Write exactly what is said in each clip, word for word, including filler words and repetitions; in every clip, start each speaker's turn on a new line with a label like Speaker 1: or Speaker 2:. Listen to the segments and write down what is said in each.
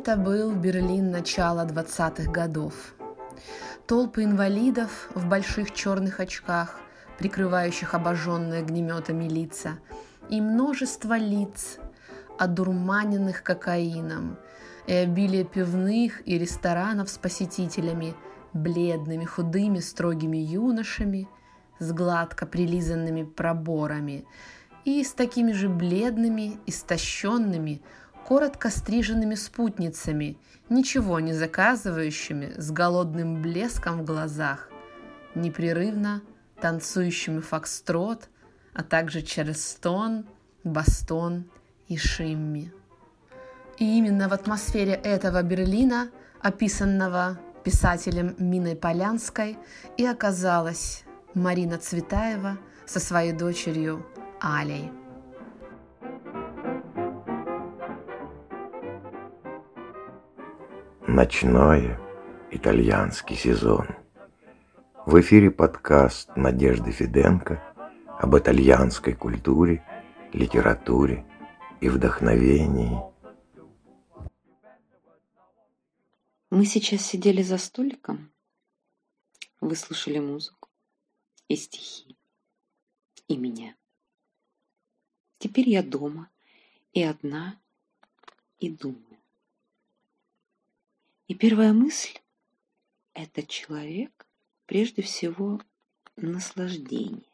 Speaker 1: Это был Берлин начала двадцатых годов. Толпы инвалидов в больших черных очках, прикрывающих обожженные огнеметами лица, и множество лиц, одурманенных кокаином, и обилие пивных и ресторанов с посетителями, бледными, худыми, строгими юношами с гладко прилизанными проборами и с такими же бледными, истощенными, коротко стриженными спутницами, ничего не заказывающими, с голодным блеском в глазах, непрерывно танцующими фокстрот, а также чарльстон, бастон и шимми. И именно в атмосфере этого Берлина, описанного писателем Миной Полянской, и оказалась Марина Цветаева со своей дочерью Алей.
Speaker 2: Ночной итальянский сезон. В эфире подкаст Надежды Фиденко об итальянской культуре, литературе и вдохновении.
Speaker 3: Мы сейчас сидели за столиком, вы слушали музыку и стихи, и меня. Теперь я дома, и одна, и думаю. И первая мысль – это человек, прежде всего, наслаждение.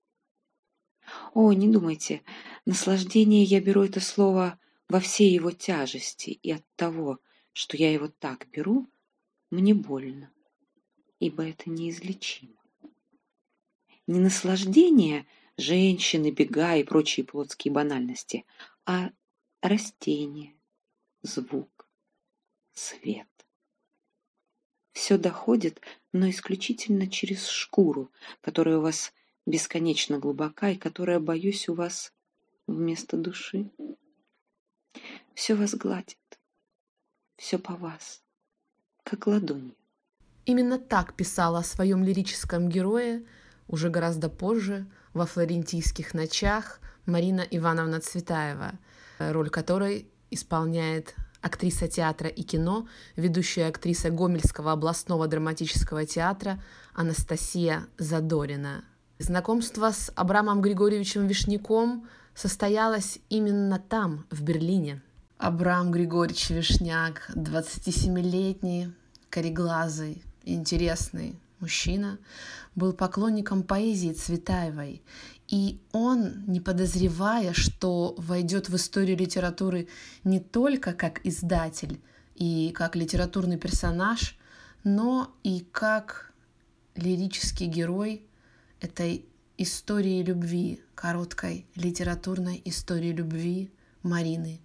Speaker 3: О, не думайте, наслаждение, я беру это слово во всей его тяжести, и от того, что я его так беру, мне больно, ибо это неизлечимо. Не наслаждение женщины, бега и прочие плотские банальности, а растение, звук, свет. Все доходит, но исключительно через шкуру, которая у вас бесконечно глубока и которая, боюсь, у вас вместо души. Все вас гладит. Все по вас, как ладонью.
Speaker 1: Именно так писала о своем лирическом герое уже гораздо позже во «Флорентийских ночах» Марина Ивановна Цветаева, роль которой исполняет актриса театра и кино, ведущая актриса Гомельского областного драматического театра Анастасия Задорина. Знакомство с Абрамом Григорьевичем Вишняком состоялось именно там, в Берлине. Абрам Григорьевич Вишняк, двадцатисемилетний, кореглазый, интересный мужчина, был поклонником поэзии Цветаевой. И он, не подозревая, что войдет в историю литературы не только как издатель и как литературный персонаж, но и как лирический герой этой истории любви, короткой литературной истории любви Марины.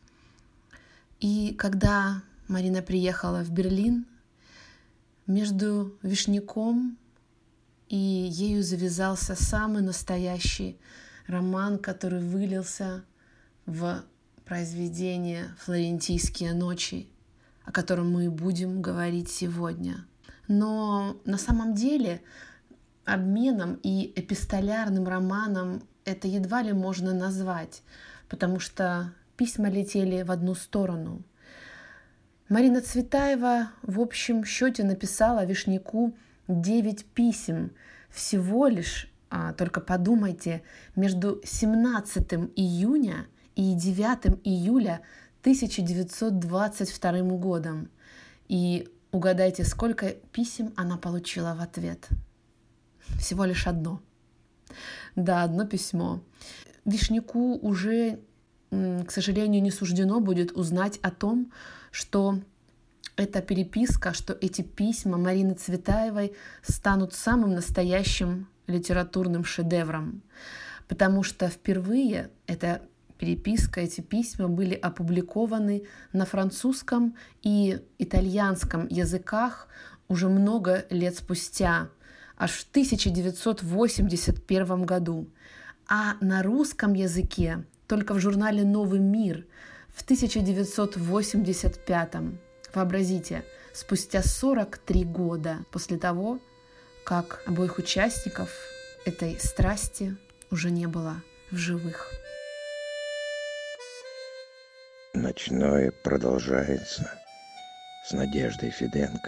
Speaker 1: И когда Марина приехала в Берлин, между Вишняком и ею завязался самый настоящий роман, который вылился в произведение «Флорентийские ночи», о котором мы и будем говорить сегодня. Но на самом деле обменом и эпистолярным романом это едва ли можно назвать, потому что письма летели в одну сторону. Марина Цветаева в общем счете написала Вишняку девять писем. Всего лишь, а, только подумайте, между семнадцатым июня и девятым июля тысяча девятьсот двадцать вторым годом. И угадайте, сколько писем она получила в ответ? Всего лишь одно. Да, одно письмо. Вишняку уже, к сожалению, не суждено будет узнать о том, что эта переписка, что эти письма Марины Цветаевой станут самым настоящим литературным шедевром, потому что впервые эта переписка, эти письма были опубликованы на французском и итальянском языках уже много лет спустя, аж в тысяча девятьсот восемьдесят первом году, а на русском языке только в журнале «Новый мир» в тысяча девятьсот восемьдесят пятом. Вообразите, спустя сорок три года после того, как обоих участников этой страсти уже не было в живых.
Speaker 2: Ночное продолжается с Надеждой Фиденко.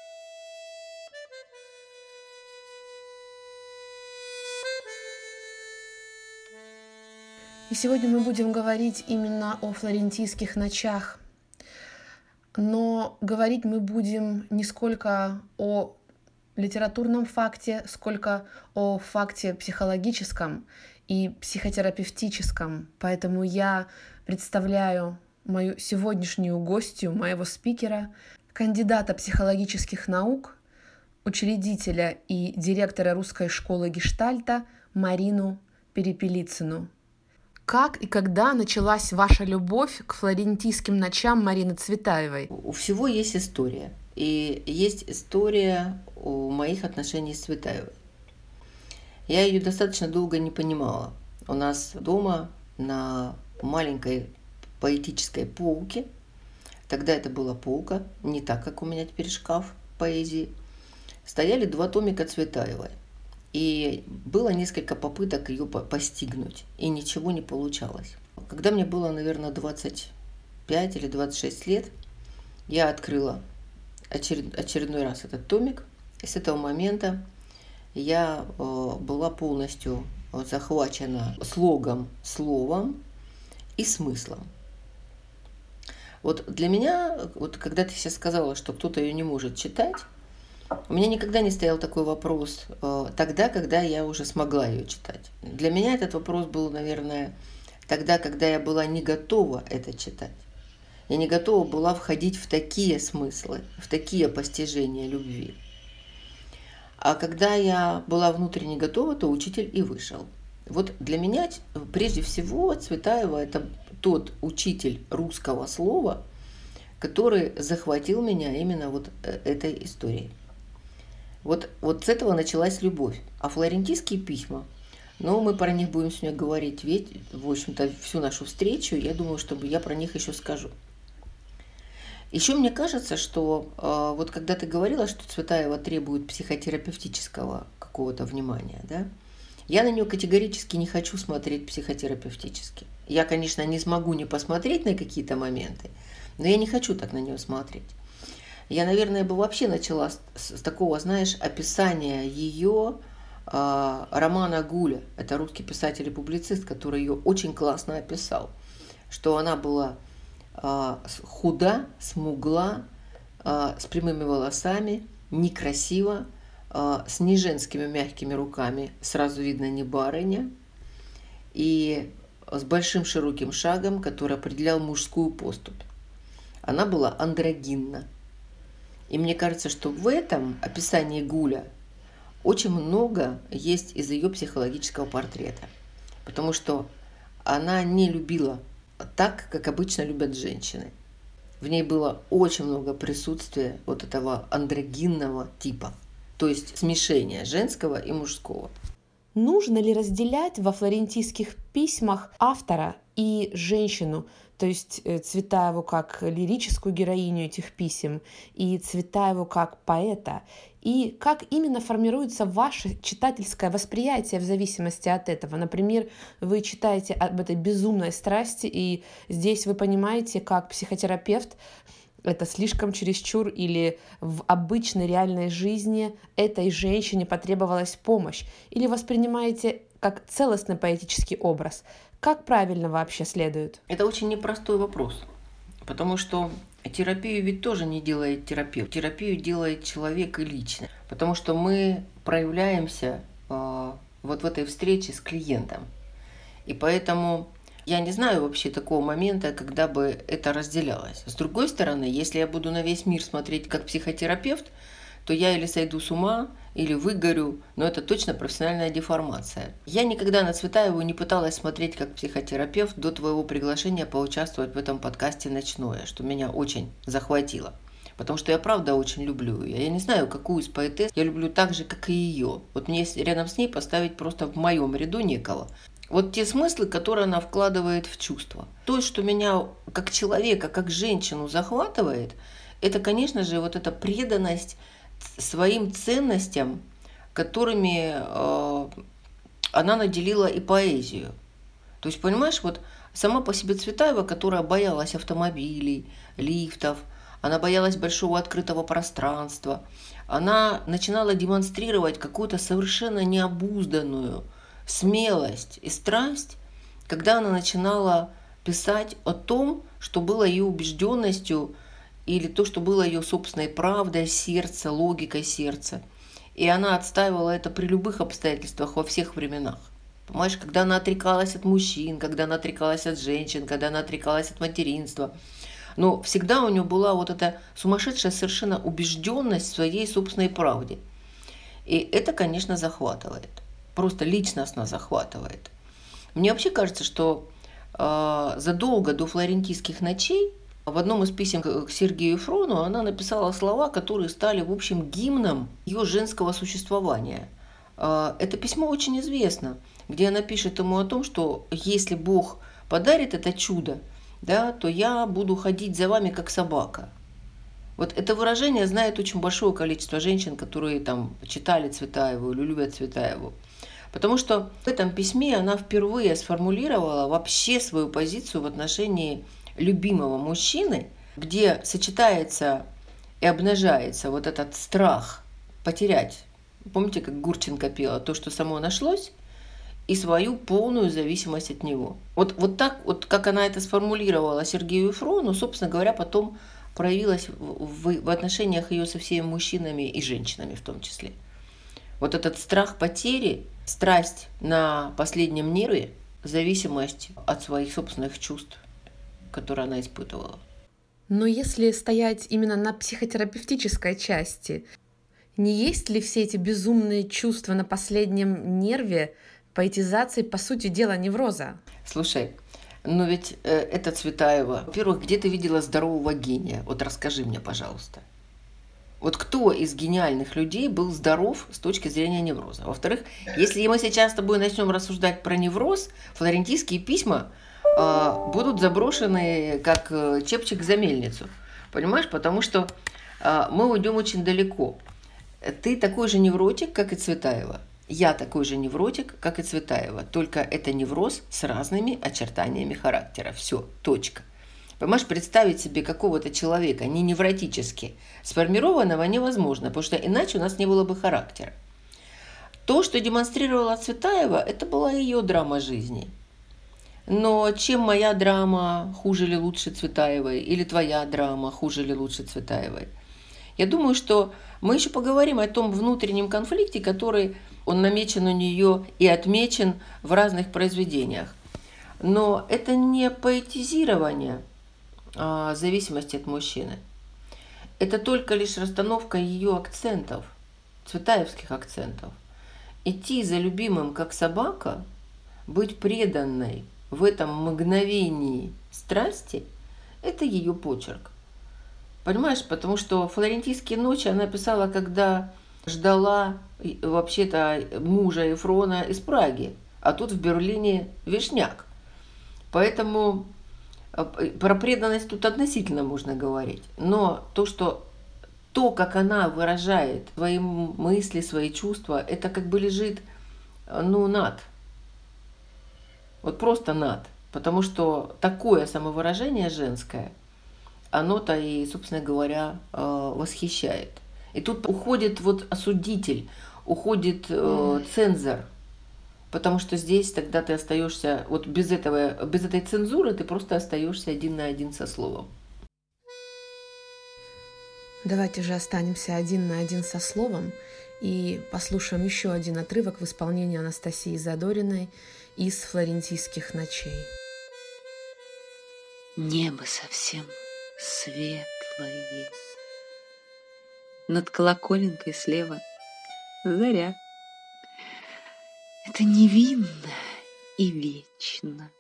Speaker 1: И сегодня мы будем говорить именно о флорентийских ночах. Но говорить мы будем не сколько о литературном факте, сколько о факте психологическом и психотерапевтическом. Поэтому я представляю мою сегодняшнюю гостью, моего спикера, кандидата психологических наук, учредителя и директора Русской школы Гештальта Марину Перепелицыну. Как и когда началась ваша любовь к флорентийским ночам Марины Цветаевой?
Speaker 4: У всего есть история. И есть история у моих отношений с Цветаевой. Я ее достаточно долго не понимала. У нас дома на маленькой поэтической полке, тогда это была полка, не так, как у меня теперь шкаф поэзии, стояли два томика Цветаевой. И было несколько попыток ее постигнуть, и ничего не получалось. Когда мне было, наверное, двадцать пять или двадцать шесть лет, я открыла очеред... очередной раз этот томик, и с этого момента я э, была полностью захвачена слогом, словом и смыслом. Вот для меня, вот когда ты сейчас сказала, что кто-то ее не может читать, у меня никогда не стоял такой вопрос э, тогда, когда я уже смогла ее читать. Для меня этот вопрос был, наверное, тогда, когда я была не готова это читать. Я не готова была входить в такие смыслы, в такие постижения любви. А когда я была внутренне готова, то учитель и вышел. Вот для меня, прежде всего, Цветаева – это тот учитель русского слова, который захватил меня именно вот этой историей. Вот, вот с этого началась любовь. А флорентийские письма, ну, мы про них будем сегодня говорить, ведь, в общем-то, всю нашу встречу, я думаю, что я про них еще скажу. Еще мне кажется, что э, вот когда ты говорила, что Цветаева требует психотерапевтического какого-то внимания, да, я на нее категорически не хочу смотреть психотерапевтически. Я, конечно, не смогу не посмотреть на какие-то моменты, но я не хочу так на нее смотреть. Я, наверное, бы вообще начала с, с такого, знаешь, описания ее э, романа Гуля. Это русский писатель и публицист, который ее очень классно описал, что она была э, худа, смугла, э, с прямыми волосами, некрасива, э, с неженскими мягкими руками, сразу видно не барыня, и с большим широким шагом, который определял мужскую поступь. Она была андрогинна. И мне кажется, что в этом описании Гуля очень много есть из ее психологического портрета. Потому что она не любила так, как обычно любят женщины. В ней было очень много присутствия вот этого андрогинного типа, то есть смешения женского и мужского.
Speaker 1: Нужно ли разделять во флорентийских письмах автора и женщину, то есть Цветаеву как лирическую героиню этих писем и Цветаеву как поэта? И как именно формируется ваше читательское восприятие в зависимости от этого? Например, вы читаете об этой безумной страсти, и здесь вы понимаете, как психотерапевт, это слишком чересчур, или в обычной реальной жизни этой женщине потребовалась помощь, или воспринимаете как целостный поэтический образ. Как правильно вообще следует?
Speaker 4: Это очень непростой вопрос, потому что терапию ведь тоже не делает терапевт. Терапию делает человек и лично, потому что мы проявляемся э, вот в этой встрече с клиентом. И поэтому я не знаю вообще такого момента, когда бы это разделялось. С другой стороны, если я буду на весь мир смотреть как психотерапевт, то я или сойду с ума, или выгорю, но это точно профессиональная деформация. Я никогда на Цветаеву не пыталась смотреть как психотерапевт до твоего приглашения поучаствовать в этом подкасте «Ночное», что меня очень захватило. Потому что я правда очень люблю ее. Я не знаю, какую из поэтесс я люблю так же, как и ее. Вот мне рядом с ней поставить просто в моем ряду некого. Вот те смыслы, которые она вкладывает в чувства. То, что меня как человека, как женщину захватывает, это, конечно же, вот эта преданность своим ценностям, которыми э, она наделила и поэзию. То есть, понимаешь, вот Сама по себе Цветаева, которая боялась автомобилей, лифтов, она боялась большого открытого пространства, она начинала демонстрировать какую-то совершенно необузданную смелость и страсть, когда она начинала писать о том, что было ее убежденностью или то, что было ее собственной правдой сердца, логикой сердца. И она отстаивала это при любых обстоятельствах во всех временах. Понимаешь, когда она отрекалась от мужчин, когда она отрекалась от женщин, когда она отрекалась от материнства. Но всегда у нее была вот эта сумасшедшая совершенно убежденность в своей собственной правде. И это, конечно, захватывает. Просто личностно захватывает. Мне вообще кажется, что э, задолго до флорентийских ночей в одном из писем к Сергею Ефрону она написала слова, которые стали, в общем, гимном ее женского существования. Э, это письмо очень известно, где она пишет ему о том, что если Бог подарит это чудо, да, то я буду ходить за вами как собака. Вот это выражение знает очень большое количество женщин, которые там читали Цветаеву или любят Цветаеву. Потому что в этом письме она впервые сформулировала вообще свою позицию в отношении любимого мужчины, где сочетается и обнажается вот этот страх потерять. Помните, как Гурченко пела «То, что само нашлось», и свою полную зависимость от него. Вот, вот так, вот как она это сформулировала Сергею Ефрону, собственно говоря, потом проявилось в, в отношениях ее со всеми мужчинами и женщинами в том числе. Вот этот страх потери, страсть на последнем нерве, зависимость от своих собственных чувств, которые она испытывала.
Speaker 1: Но если стоять именно на психотерапевтической части, не есть ли все эти безумные чувства на последнем нерве поэтизацией, по сути дела, невроза?
Speaker 4: Слушай, но ведь э, это Цветаева. Во-первых, где ты видела здорового гения? Вот расскажи мне, пожалуйста. Вот кто из гениальных людей был здоров с точки зрения невроза? Во-вторых, если мы сейчас с тобой начнем рассуждать про невроз, флорентийские письма э, будут заброшены как чепчик за мельницу. Понимаешь? Потому что э, мы уйдем очень далеко. Ты такой же невротик, как и Цветаева. Я такой же невротик, как и Цветаева. Только это невроз с разными очертаниями характера. Все, точка. Понимаешь, представить себе какого-то человека не невротически сформированного невозможно, потому что иначе у нас не было бы характера. То, что демонстрировала Цветаева, это была ее драма жизни. Но чем моя драма хуже или лучше Цветаевой, или твоя драма хуже или лучше Цветаевой? Я думаю, что мы еще поговорим о том внутреннем конфликте, который он намечен у нее и отмечен в разных произведениях. Но это не поэтизирование а, зависимости от мужчины. Это только лишь расстановка ее акцентов, цветаевских акцентов. Идти за любимым, как собака, быть преданной в этом мгновении страсти – это ее почерк. Понимаешь, потому что «Флорентийские ночи» она писала, когда ждала вообще-то мужа Ефрона из Праги, а тут в Берлине Вишняк. Поэтому про преданность тут относительно можно говорить. Но то, что то, как она выражает свои мысли, свои чувства, это как бы лежит, ну, над. Вот просто над. Потому что такое самовыражение женское, оно-то и, собственно говоря, восхищает. И тут уходит вот осудитель, уходит э, цензор, потому что здесь тогда ты остаешься, вот без этого, без этой цензуры ты просто остаешься один на один со словом.
Speaker 1: Давайте же останемся один на один со словом и послушаем еще один отрывок в исполнении Анастасии Задориной из «Флорентийских ночей».
Speaker 3: Небо совсем светлое. Над колоколенкой слева заря. Это невинно и вечно.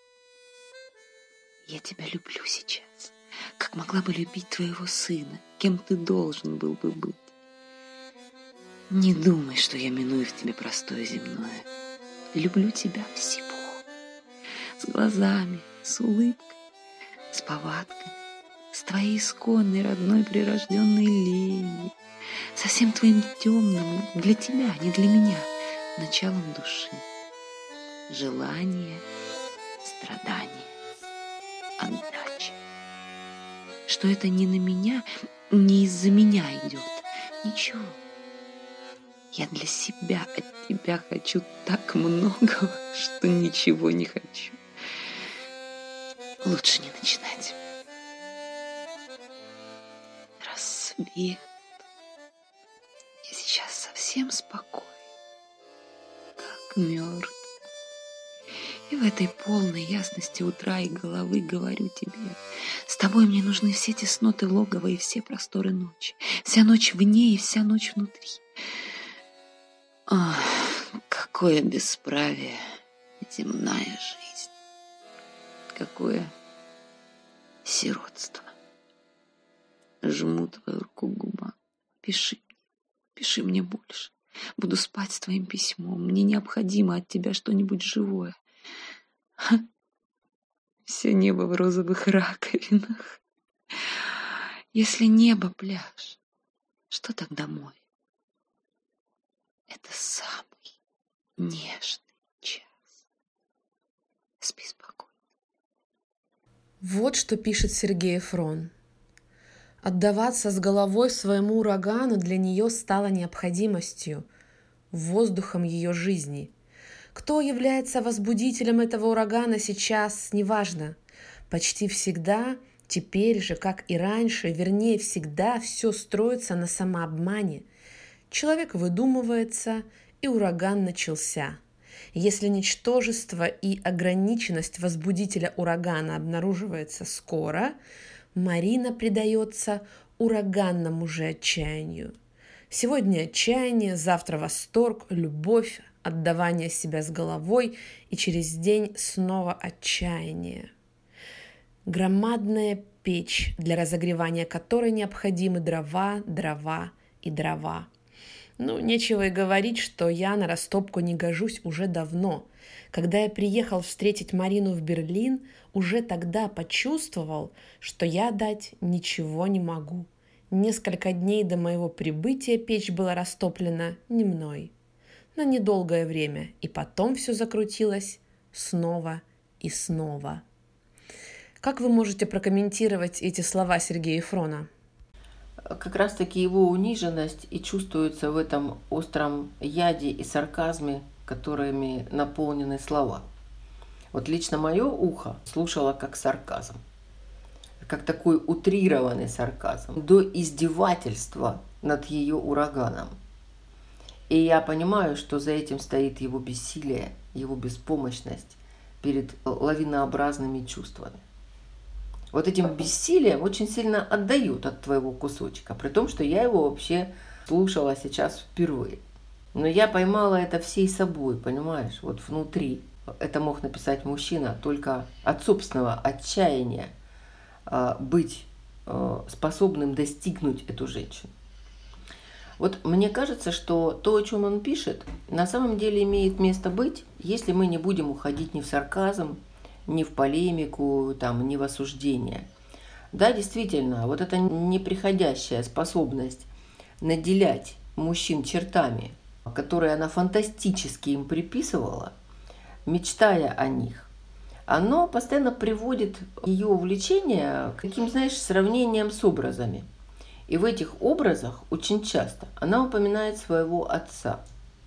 Speaker 3: Я тебя люблю сейчас, как могла бы любить твоего сына, кем ты должен был бы быть. Не думай, что я миную в тебе простое земное. Люблю тебя всего. С глазами, с улыбкой, с повадками, с твоей исконной, родной, прирожденной ленью, со всем твоим темным для тебя, не для меня, началом души, желание, страдание. отдачи. Что это не на меня, не из-за меня идет. Ничего. Я для себя от тебя хочу так многого, что ничего не хочу. Лучше не начинать. Рассвет. Я сейчас совсем спокойна, как мертв. И в этой полной ясности утра и головы говорю тебе: с тобой мне нужны все тесноты логова и все просторы ночи, вся ночь вне и вся ночь внутри. Ах, какое бесправие, земная жизнь, какое сиротство. Жму твою руку к губам. Пиши, пиши мне больше. Буду спать с твоим письмом. Мне необходимо от тебя что-нибудь живое. Все небо в розовых раковинах. Если небо пляж, что тогда море? Это самый нежный час. Спи спокойно.
Speaker 1: Вот что пишет Сергей Фрон. Отдаваться с головой своему урагану для нее стало необходимостью, воздухом ее жизни. Кто является возбудителем этого урагана сейчас, неважно. Почти всегда, теперь же, как и раньше, вернее, всегда все строится на самообмане. Человек выдумывается, и ураган начался. Если ничтожество и ограниченность возбудителя урагана обнаруживается скоро, Марина предается ураганному же отчаянию. Сегодня отчаяние, завтра восторг, любовь, отдавание себя с головой, и через день снова отчаяние. Громадная печь, для разогревания которой необходимы дрова, дрова и дрова. Ну, нечего и говорить, что я на растопку не гожусь уже давно. Когда я приехал встретить Марину в Берлин, уже тогда почувствовал, что я дать ничего не могу. Несколько дней до моего прибытия печь была растоплена не мной. На недолгое время, и потом все закрутилось снова и снова. Как вы можете прокомментировать эти слова Сергея Фрона?
Speaker 4: Как раз-таки его униженность и чувствуется в этом остром яде и сарказме, которыми наполнены слова. Вот лично мое ухо слушало как сарказм, как такой утрированный сарказм, до издевательства над ее ураганом. И я понимаю, что за этим стоит его бессилие, его беспомощность перед лавинообразными чувствами. Вот этим бессилием очень сильно отдают от твоего кусочка, при том, что я его вообще слушала сейчас впервые. Но я поймала это всей собой, понимаешь, вот внутри. Это мог написать мужчина только от собственного отчаяния быть способным достигнуть эту женщину. Вот мне кажется, что то, о чем он пишет, на самом деле имеет место быть, если мы не будем уходить ни в сарказм, ни в полемику, там, ни в осуждение. Да, действительно, вот эта неприходящая способность наделять мужчин чертами, которые она фантастически им приписывала, мечтая о них, оно постоянно приводит ее увлечение к таким, знаешь, сравнениям с образами. И в этих образах очень часто она упоминает своего отца.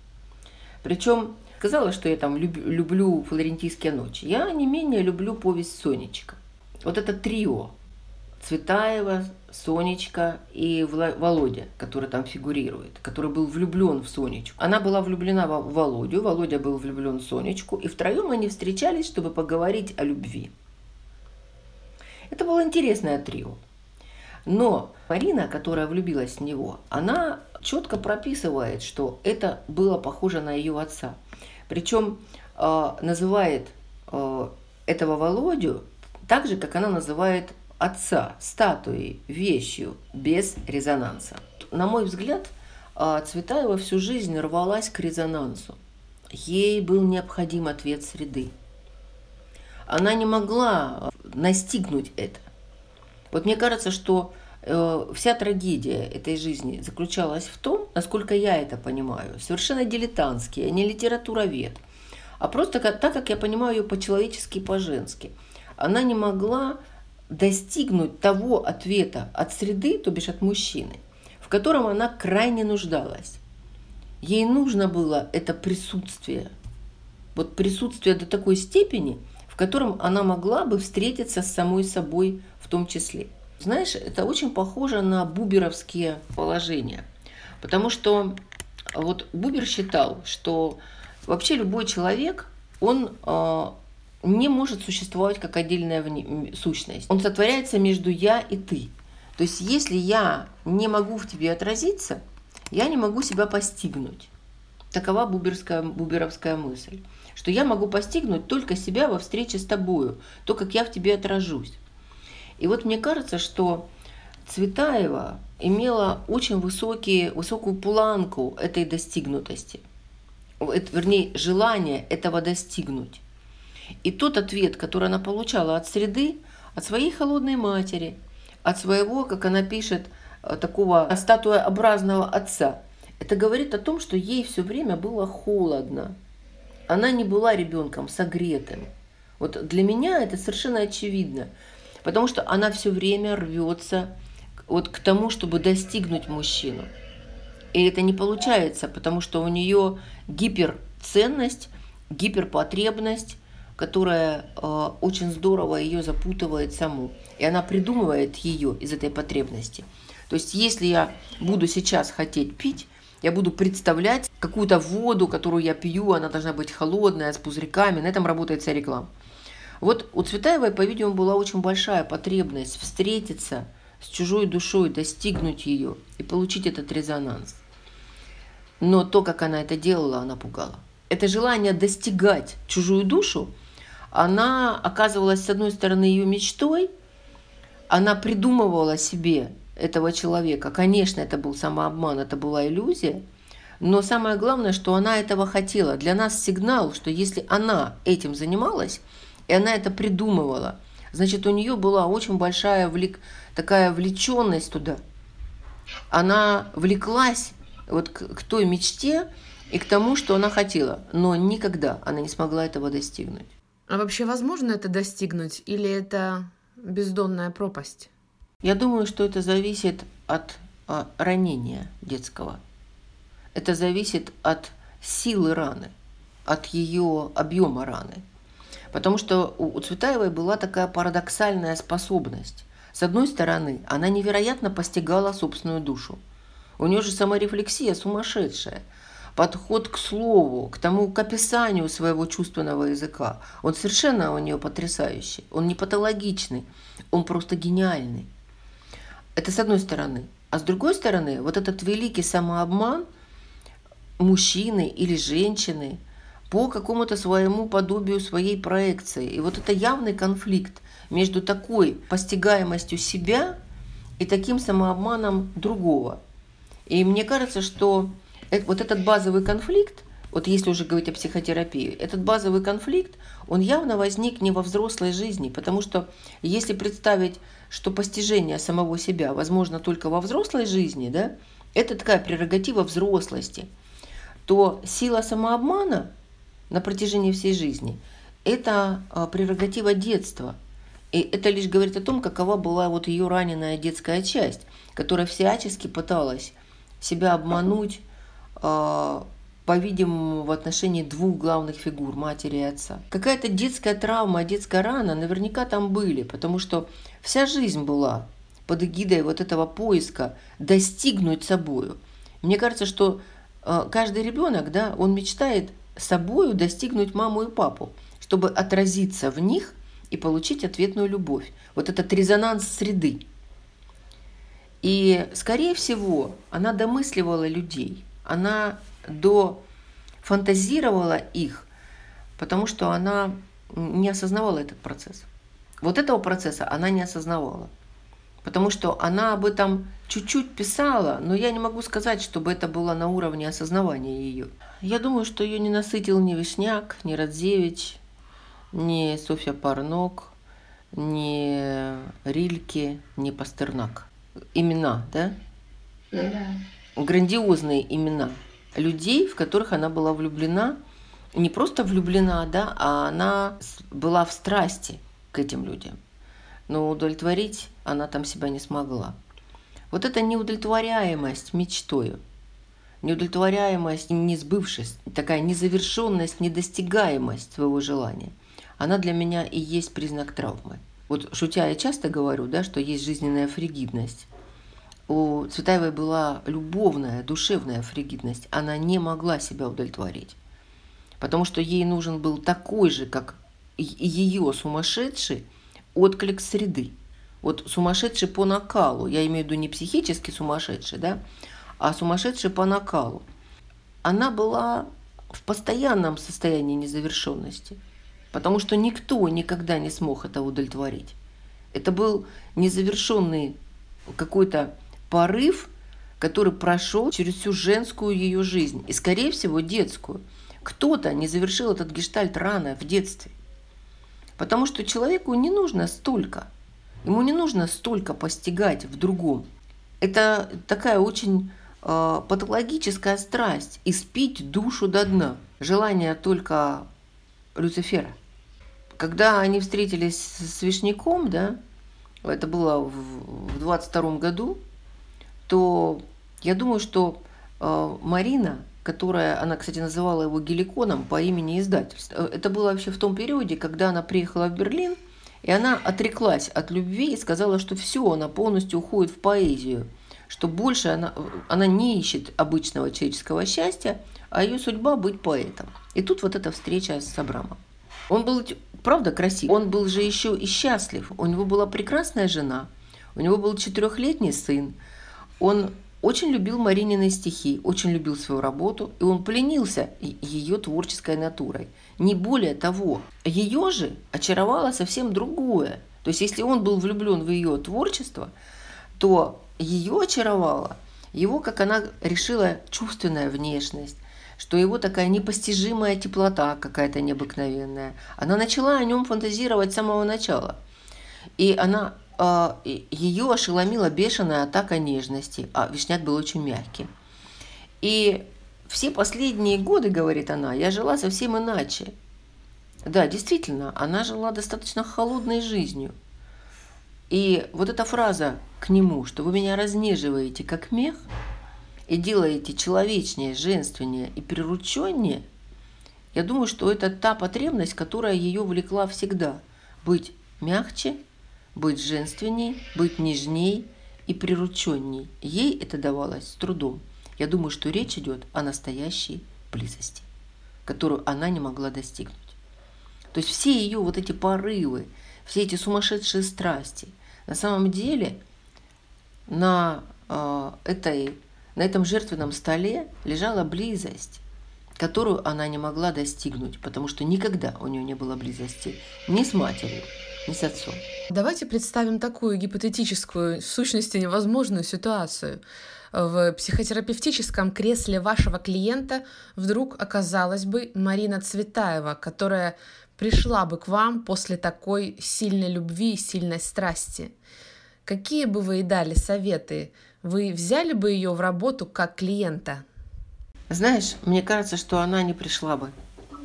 Speaker 4: Причем сказала, что я там люб, люблю «Флорентийские ночи». Я не менее люблю повесть «Сонечка». Вот это трио Цветаева, Сонечка и Володя, который там фигурирует, который был влюблен в Сонечку. Она была влюблена в Володю, Володя был влюблен в Сонечку, и втроем они встречались, чтобы поговорить о любви. Это было интересное трио. Но Марина, которая влюбилась в него, она четко прописывает, что это было похоже на ее отца. Причем э, называет э, этого Володю так же, как она называет отца, статуей, вещью, без резонанса. На мой взгляд, э, Цветаева всю жизнь рвалась к резонансу. Ей был необходим ответ среды. Она не могла настигнуть это. Вот мне кажется, что э, вся трагедия этой жизни заключалась в том, насколько я это понимаю, совершенно дилетантски, не литературовед, а просто как, так, как я понимаю ее по-человечески и по-женски. она не могла достигнуть того ответа от среды, то бишь от мужчины, в котором она крайне нуждалась. Ей нужно было это присутствие. Вот присутствие до такой степени, в котором она могла бы встретиться с самой собой в том числе. Знаешь, это очень похоже на буберовские положения. Потому что вот Бубер считал, что вообще любой человек, он э, не может существовать как отдельная вне, сущность. Он сотворяется между «я» и «ты». То есть если я не могу в тебе отразиться, я не могу себя постигнуть. Такова буберская, буберовская мысль. Что я могу постигнуть только себя во встрече с тобою, то, как я в тебе отражусь. И вот мне кажется, что Цветаева имела очень высокие, высокую планку этой достигнутости. Вернее, желание этого достигнуть. И тот ответ, который она получала от среды, от своей холодной матери, от своего, как она пишет, такого статуеобразного отца, это говорит о том, что ей все время было холодно. Она не была ребенком согретым. Вот для меня это совершенно очевидно, потому что она все время рвется вот к тому, чтобы достигнуть мужчину. И это не получается, потому что у нее гиперценность, гиперпотребность, которая э, очень здорово ее запутывает саму. И она придумывает ее из этой потребности. То есть если я буду сейчас хотеть пить, я буду представлять какую-то воду, которую я пью, она должна быть холодная, с пузырьками. На этом работает вся реклама. Вот у Цветаевой, по-видимому, была очень большая потребность встретиться с чужой душой, достигнуть ее и получить этот резонанс. Но то, как она это делала, она пугала. Это желание достигать чужую душу, она оказывалась, с одной стороны, ее мечтой, она придумывала себе этого человека. Конечно, это был самообман, это была иллюзия, но самое главное, что она этого хотела. Для нас сигнал, что если она этим занималась, и она это придумывала, значит, у нее была очень большая влек... такая влеченность туда. Она влеклась вот к, к той мечте и к тому, что она хотела, но никогда она не смогла этого достигнуть.
Speaker 1: А вообще возможно это достигнуть или это бездонная пропасть?
Speaker 4: Я думаю, что это зависит от а, ранения детского. Это зависит от силы раны, от ее объема раны. Потому что у, у Цветаевой была такая парадоксальная способность. С одной стороны, она невероятно постигала собственную душу. У нее же саморефлексия сумасшедшая. Подход к слову, к тому, к описанию своего чувственного языка. Он совершенно у нее потрясающий. Он не патологичный, он просто гениальный. Это с одной стороны. А с другой стороны, вот этот великий самообман мужчины или женщины по какому-то своему подобию своей проекции. И вот это явный конфликт между такой постигаемостью себя и таким самообманом другого. И мне кажется, что вот этот базовый конфликт, вот если уже говорить о психотерапии, этот базовый конфликт, он явно возник не во взрослой жизни, потому что если представить, что постижение самого себя возможно только во взрослой жизни, да, это такая прерогатива взрослости, то сила самообмана на протяжении всей жизни – это прерогатива детства. И это лишь говорит о том, какова была вот ее раненая детская часть, которая всячески пыталась себя обмануть, по-видимому, в отношении двух главных фигур – матери и отца. Какая-то детская травма, детская рана наверняка там были, потому что вся жизнь была под эгидой вот этого поиска достигнуть собою. Мне кажется, что каждый ребенок, да, он мечтает собою достигнуть маму и папу, чтобы отразиться в них и получить ответную любовь. Вот этот резонанс среды. И, скорее всего, она домысливала людей, она дофантазировала их, потому что она не осознавала этот процесс. Вот этого процесса она не осознавала, потому что она об этом чуть-чуть писала, но я не могу сказать, чтобы это было на уровне осознавания ее. Я думаю, что ее не насытил ни Вишняк, ни Радзевич, ни Софья Парнок, ни Рильке, ни Пастернак. Имена, да?
Speaker 3: Да.
Speaker 4: Грандиозные имена людей, в которых она была влюблена. Не просто влюблена, да, а она была в страсти. к этим людям. Но удовлетворить она там себя не смогла. Вот эта неудовлетворяемость мечтою, неудовлетворяемость, несбывшесть, такая незавершенность, недостигаемость своего желания, она для меня и есть признак травмы. Вот шутя я часто говорю, да, что есть жизненная фригидность. У Цветаевой была любовная, душевная фригидность. Она не могла себя удовлетворить, потому что ей нужен был такой же, как и ее сумасшедший, отклик среды. Вот сумасшедший по накалу, я имею в виду не психически сумасшедший, да, а сумасшедший по накалу. Она была в постоянном состоянии незавершенности, потому что никто никогда не смог это удовлетворить. Это был незавершенный какой-то порыв, который прошел через всю женскую ее жизнь, и, скорее всего, детскую. Кто-то не завершил этот гештальт рано, в детстве. Потому что человеку не нужно столько, ему не нужно столько постигать в другом. Это такая очень э, патологическая страсть – испить душу до дна. Желание только Люцифера. Когда они встретились с Вишняком, да, это было в двадцать втором году, то я думаю, что э, Марина, которая, она, кстати, называла его Геликоном по имени издательства, это было вообще в том периоде, когда она приехала в Берлин, и она отреклась от любви и сказала, что все, она полностью уходит в поэзию, что больше она, она не ищет обычного человеческого счастья, а ее судьба быть поэтом. И тут вот эта встреча с Абрамом. Он был, правда, красив, он был же еще и счастлив, у него была прекрасная жена, у него был четырехлетний сын, он очень любил Маринины стихи, очень любил свою работу, и он пленился ее творческой натурой. Не более того, ее же очаровало совсем другое. То есть, если он был влюблен в ее творчество, то ее очаровала его, как она решила, чувственная внешность, что его такая непостижимая теплота какая-то необыкновенная. Она начала о нем фантазировать с самого начала. И она... ее ошеломила бешеная атака нежности, а Вишняк был очень мягкий. И все последние годы, говорит она, я жила совсем иначе. Да, действительно, она жила достаточно холодной жизнью. И вот эта фраза к нему, что вы меня разнеживаете как мех и делаете человечнее, женственнее и прирученнее, я думаю, что это та потребность, которая ее влекла всегда. Быть мягче, быть женственней, быть нежней и прирученней. Ей это давалось с трудом. Я думаю, что речь идет о настоящей близости, которую она не могла достигнуть. То есть все ее вот эти порывы, все эти сумасшедшие страсти, на самом деле на, э, этой, на этом жертвенном столе лежала близость, которую она не могла достигнуть, потому что никогда у нее не было близости ни с матерью, ни с отцом.
Speaker 1: Давайте представим такую гипотетическую, в сущности невозможную ситуацию. В психотерапевтическом кресле вашего клиента вдруг оказалась бы Марина Цветаева, которая пришла бы к вам после такой сильной любви и сильной страсти. Какие бы вы ей дали советы? Вы взяли бы ее в работу как клиента?
Speaker 4: Знаешь, мне кажется, что она не пришла бы.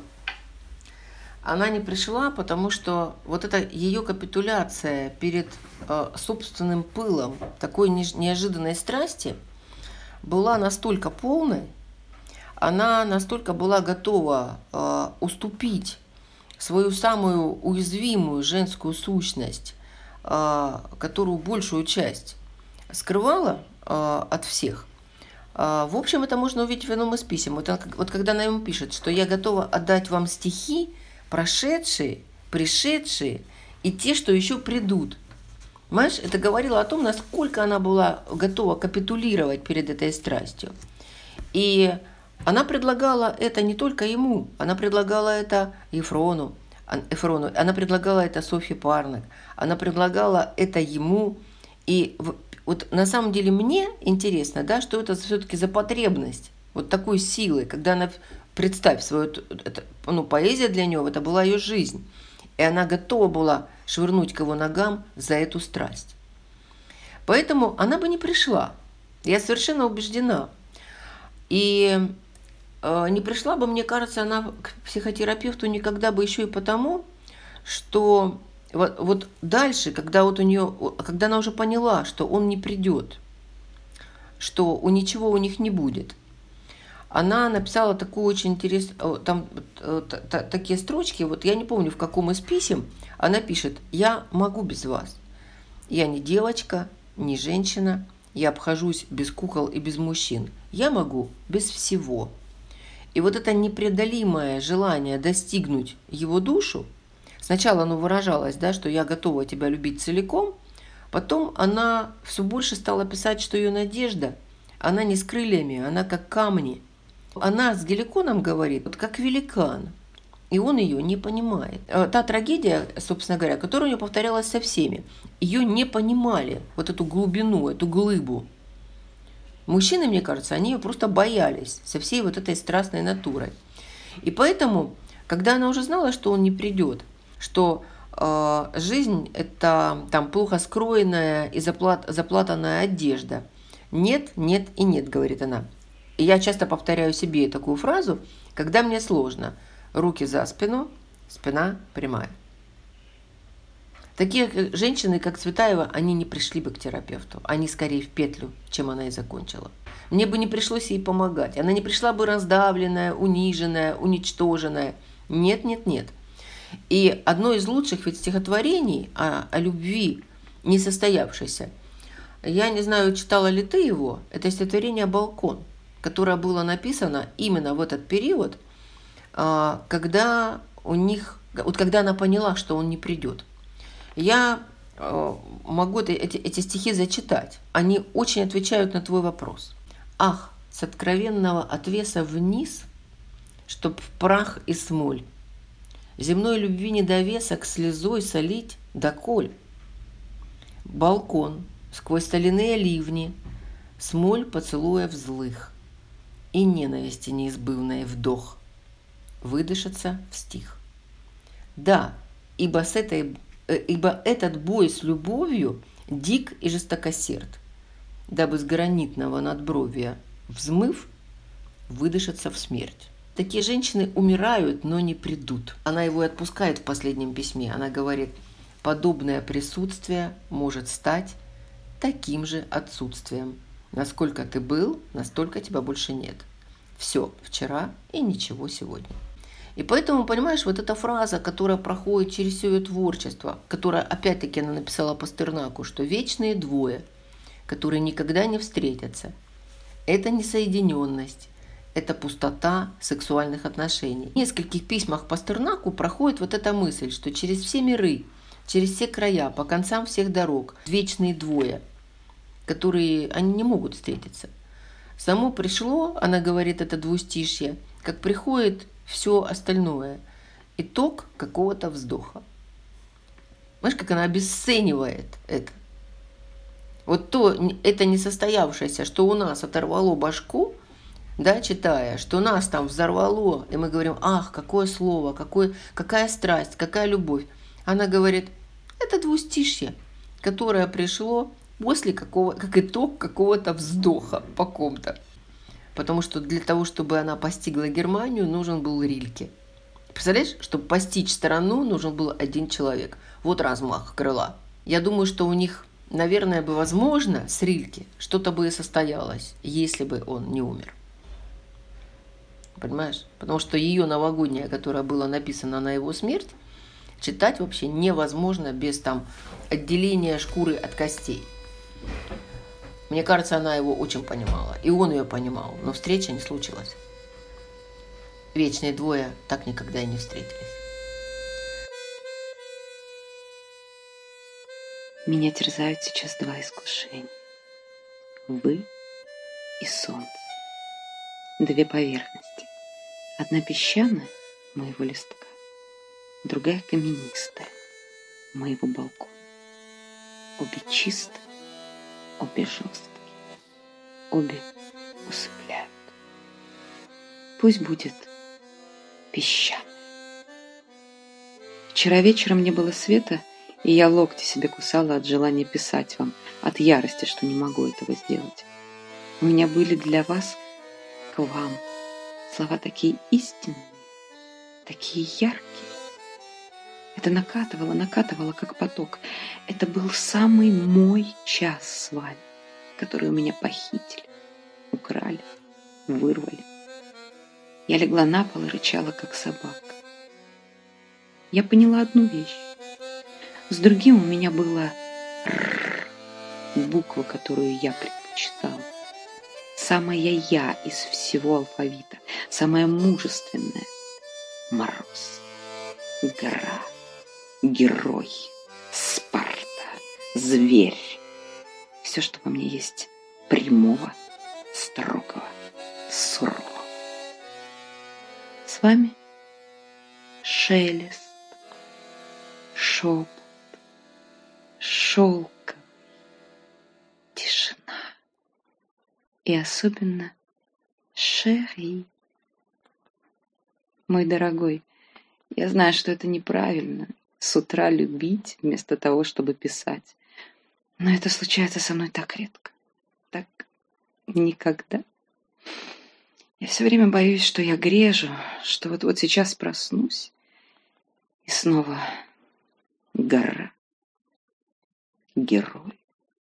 Speaker 4: Она не пришла, потому что вот эта ее капитуляция перед э, собственным пылом такой неожиданной страсти была настолько полной, она настолько была готова э, уступить свою самую уязвимую женскую сущность, э, которую большую часть скрывала э, от всех. Э, в общем, это можно увидеть в одном из писем. Вот, она, вот когда она ему пишет, что я готова отдать вам стихи, прошедшие, пришедшие и те, что еще придут. Понимаешь, это говорило о том, насколько она была готова капитулировать перед этой страстью. И она предлагала это не только ему, она предлагала это Ефрону, Эфрону, она предлагала это Софье Парнак, она предлагала это ему. И вот на самом деле мне интересно, да, что это все-таки за потребность вот такой силы, когда она... Представь, свою, это, ну, поэзия для нее, это была ее жизнь. И она готова была швырнуть к его ногам за эту страсть. Поэтому она бы не пришла. Я совершенно убеждена. И э, не пришла бы, мне кажется, она к психотерапевту никогда бы еще и потому, что Вот, вот дальше, когда вот у нее, когда она уже поняла, что он не придет, что у ничего у них не будет, она написала такую очень интересную, там такие строчки, вот я не помню, в каком из писем, она пишет: «Я могу без вас. Я не девочка, не женщина, я обхожусь без кукол и без мужчин. Я могу без всего». И вот это непреодолимое желание достигнуть его душу, сначала оно выражалось, да, что я готова тебя любить целиком, потом она все больше стала писать, что ее надежда, она не с крыльями, она как камни. Она с Геликоном говорит, вот как великан, и он ее не понимает. Та трагедия, собственно говоря, которая у нее повторялась со всеми, ее не понимали, вот эту глубину, эту глыбу. Мужчины, мне кажется, они ее просто боялись со всей вот этой страстной натурой. И поэтому, когда она уже знала, что он не придет, что э, жизнь – это там плохо скроенная и заплат, заплатанная одежда. Нет, нет и нет, говорит она. И я часто повторяю себе такую фразу, когда мне сложно. Руки за спину, спина прямая. Такие женщины, как Цветаева, они не пришли бы к терапевту. Они скорее в петлю, чем она и закончила. Мне бы не пришлось ей помогать. Она не пришла бы раздавленная, униженная, уничтоженная. Нет, нет, нет. И одно из лучших ведь стихотворений о, о любви несостоявшейся, я не знаю, читала ли ты его, это стихотворение «Балкон», которое было написано именно в этот период, когда у них, вот когда она поняла, что он не придет. Я могу эти, эти стихи зачитать. Они очень отвечают на твой вопрос. «Ах, с откровенного отвеса вниз, чтоб в прах и смоль, земной любви недовесок слезой солить доколь. Балкон, сквозь соляные ливни, смоль поцелуев злых и ненависти неизбывной вдох, выдышаться в стих. Да, ибо, с этой, ибо этот бой с любовью дик и жестокосерд, дабы с гранитного надбровья взмыв, выдышаться в смерть». Такие женщины умирают, но не придут. Она его и отпускает в последнем письме. Она говорит: подобное присутствие может стать таким же отсутствием. Насколько ты был, настолько тебя больше нет. Все вчера и ничего сегодня. И поэтому, понимаешь, вот эта фраза, которая проходит через все ее творчество, которая, опять-таки, она написала Пастернаку, что вечные двое, которые никогда не встретятся, это несоединенность, это пустота сексуальных отношений. В нескольких письмах Пастернаку проходит вот эта мысль, что через все миры, через все края, по концам всех дорог, вечные двое, которые они не могут встретиться. Само пришло, она говорит, это двустишье, как приходит все остальное. Итог какого-то вздоха. Понимаешь, как она обесценивает это. Вот то, это несостоявшееся, что у нас оторвало башку, да, читая, что нас там взорвало, и мы говорим: ах, какое слово, какое, какая страсть, какая любовь. Она говорит: это двустишье, которое пришло после какого, как итог какого-то вздоха по ком-то. Потому что для того, чтобы она постигла Германию, нужен был Рильке. Представляешь, чтобы постичь страну, нужен был один человек. Вот размах крыла. Я думаю, что у них, наверное, бы возможно, с Рильке что-то бы и состоялось, если бы он не умер. Понимаешь? Потому что ее новогодняя, которая была написана на его смерть, читать вообще невозможно без там отделения шкуры от костей. Мне кажется, она его очень понимала. И он ее понимал. Но встреча не случилась. Вечные двое так никогда и не встретились.
Speaker 3: Меня терзают сейчас два искушения. Вы и солнце. Две поверхности. Одна песчаная, моего листка, другая каменистая, моего балкона. Обе чистые, обе жесткие, обе усыпляют. Пусть будет песчаная. Вчера вечером не было света, и я локти себе кусала от желания писать вам, от ярости, что не могу этого сделать. У меня были для вас, к вам, слова такие истинные, такие яркие. Это накатывало, накатывало, как поток. Это был самый мой час с вами, который у меня похитили, украли, вырвали. Я легла на пол и рычала, как собака. Я поняла одну вещь. С другим у меня было «р», буква, которую я предпочитала. Самая я из всего алфавита, самая мужественная. Мороз, гора, герой, Спарта, зверь. Все, что во мне есть прямого, строгого, сурового. С вами шелест, шепот, шелковый, тишина. И особенно шери. Мой дорогой, я знаю, что это неправильно, с утра любить вместо того, чтобы писать. Но это случается со мной так редко, так никогда. Я все время боюсь, что я грежу, что вот, вот сейчас проснусь, и снова гора, герой.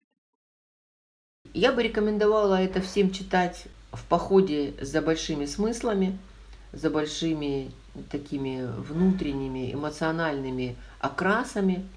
Speaker 4: Я бы рекомендовала это всем читать в походе за большими смыслами, за большими такими внутренними эмоциональными окрасами,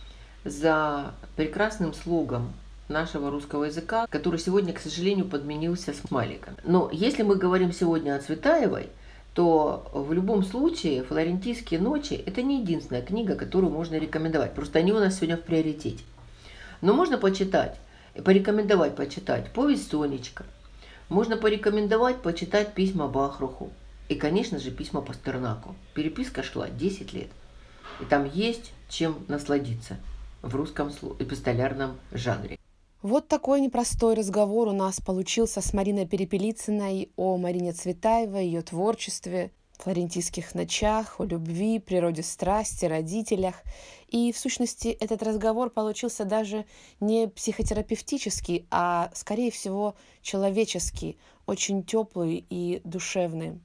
Speaker 4: за прекрасным слогом нашего русского языка, который сегодня, к сожалению, подменился смайликом. Но если мы говорим сегодня о Цветаевой, то в любом случае «Флорентийские ночи» – это не единственная книга, которую можно рекомендовать. Просто они у нас сегодня в приоритете. Но можно почитать, порекомендовать почитать «Повесть Сонечка», можно порекомендовать почитать письма Бахруху и, конечно же, письма Пастернаку. Переписка шла десять лет. И там есть чем насладиться в русском эпистолярном жанре.
Speaker 1: Вот такой непростой разговор у нас получился с Мариной Перепелицыной о Марине Цветаевой, ее творчестве, флорентийских ночах, о любви, природе страсти, родителях. И, в сущности, этот разговор получился даже не психотерапевтический, а, скорее всего, человеческий, очень теплый и душевный.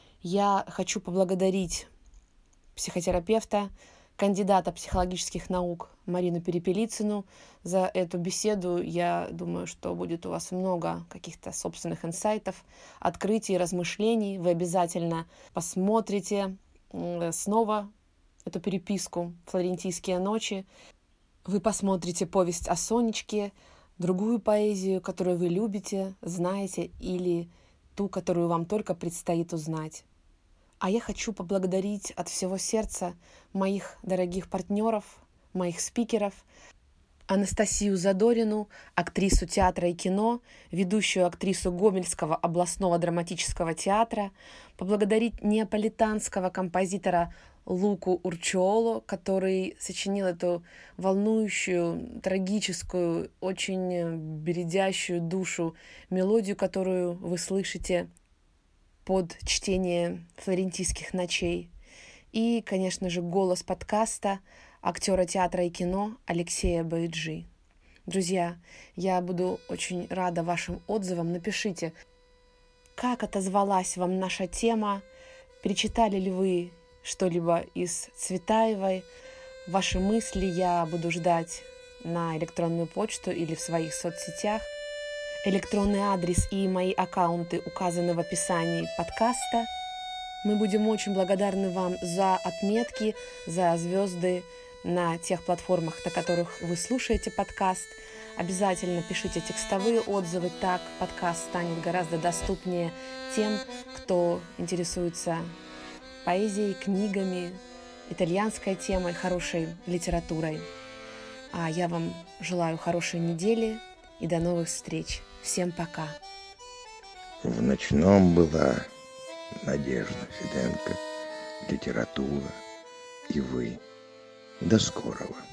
Speaker 1: Я хочу поблагодарить психотерапевта, кандидата психологических наук Марину Перепелицыну за эту беседу. Я думаю, что будет у вас много каких-то собственных инсайтов, открытий, размышлений. Вы обязательно посмотрите снова эту переписку «Флорентийские ночи». Вы посмотрите повесть о Сонечке, другую поэзию, которую вы любите, знаете, или ту, которую вам только предстоит узнать. А я хочу поблагодарить от всего сердца моих дорогих партнеров, моих спикеров, Анастасию Задорину, актрису театра и кино, ведущую актрису Гомельского областного драматического театра, поблагодарить неаполитанского композитора Луку Урчиоло, который сочинил эту волнующую, трагическую, очень бередящую душу мелодию, которую вы слышите под чтение «Флорентийских ночей». И, конечно же, голос подкаста актера театра и кино Алексея Байджи. Друзья, я буду очень рада вашим отзывам. Напишите, как отозвалась вам наша тема, перечитали ли вы что-либо из Цветаевой. Ваши мысли я буду ждать на электронную почту или в своих соцсетях. Электронный адрес и мои аккаунты указаны в описании подкаста. Мы будем очень благодарны вам за отметки, за звезды на тех платформах, на которых вы слушаете подкаст. Обязательно пишите текстовые отзывы, так подкаст станет гораздо доступнее тем, кто интересуется поэзией, книгами, итальянской темой, хорошей литературой. А я вам желаю хорошей недели и до новых встреч. Всем пока.
Speaker 2: В ночном была Надежда Фиденко, литература и вы. До скорого.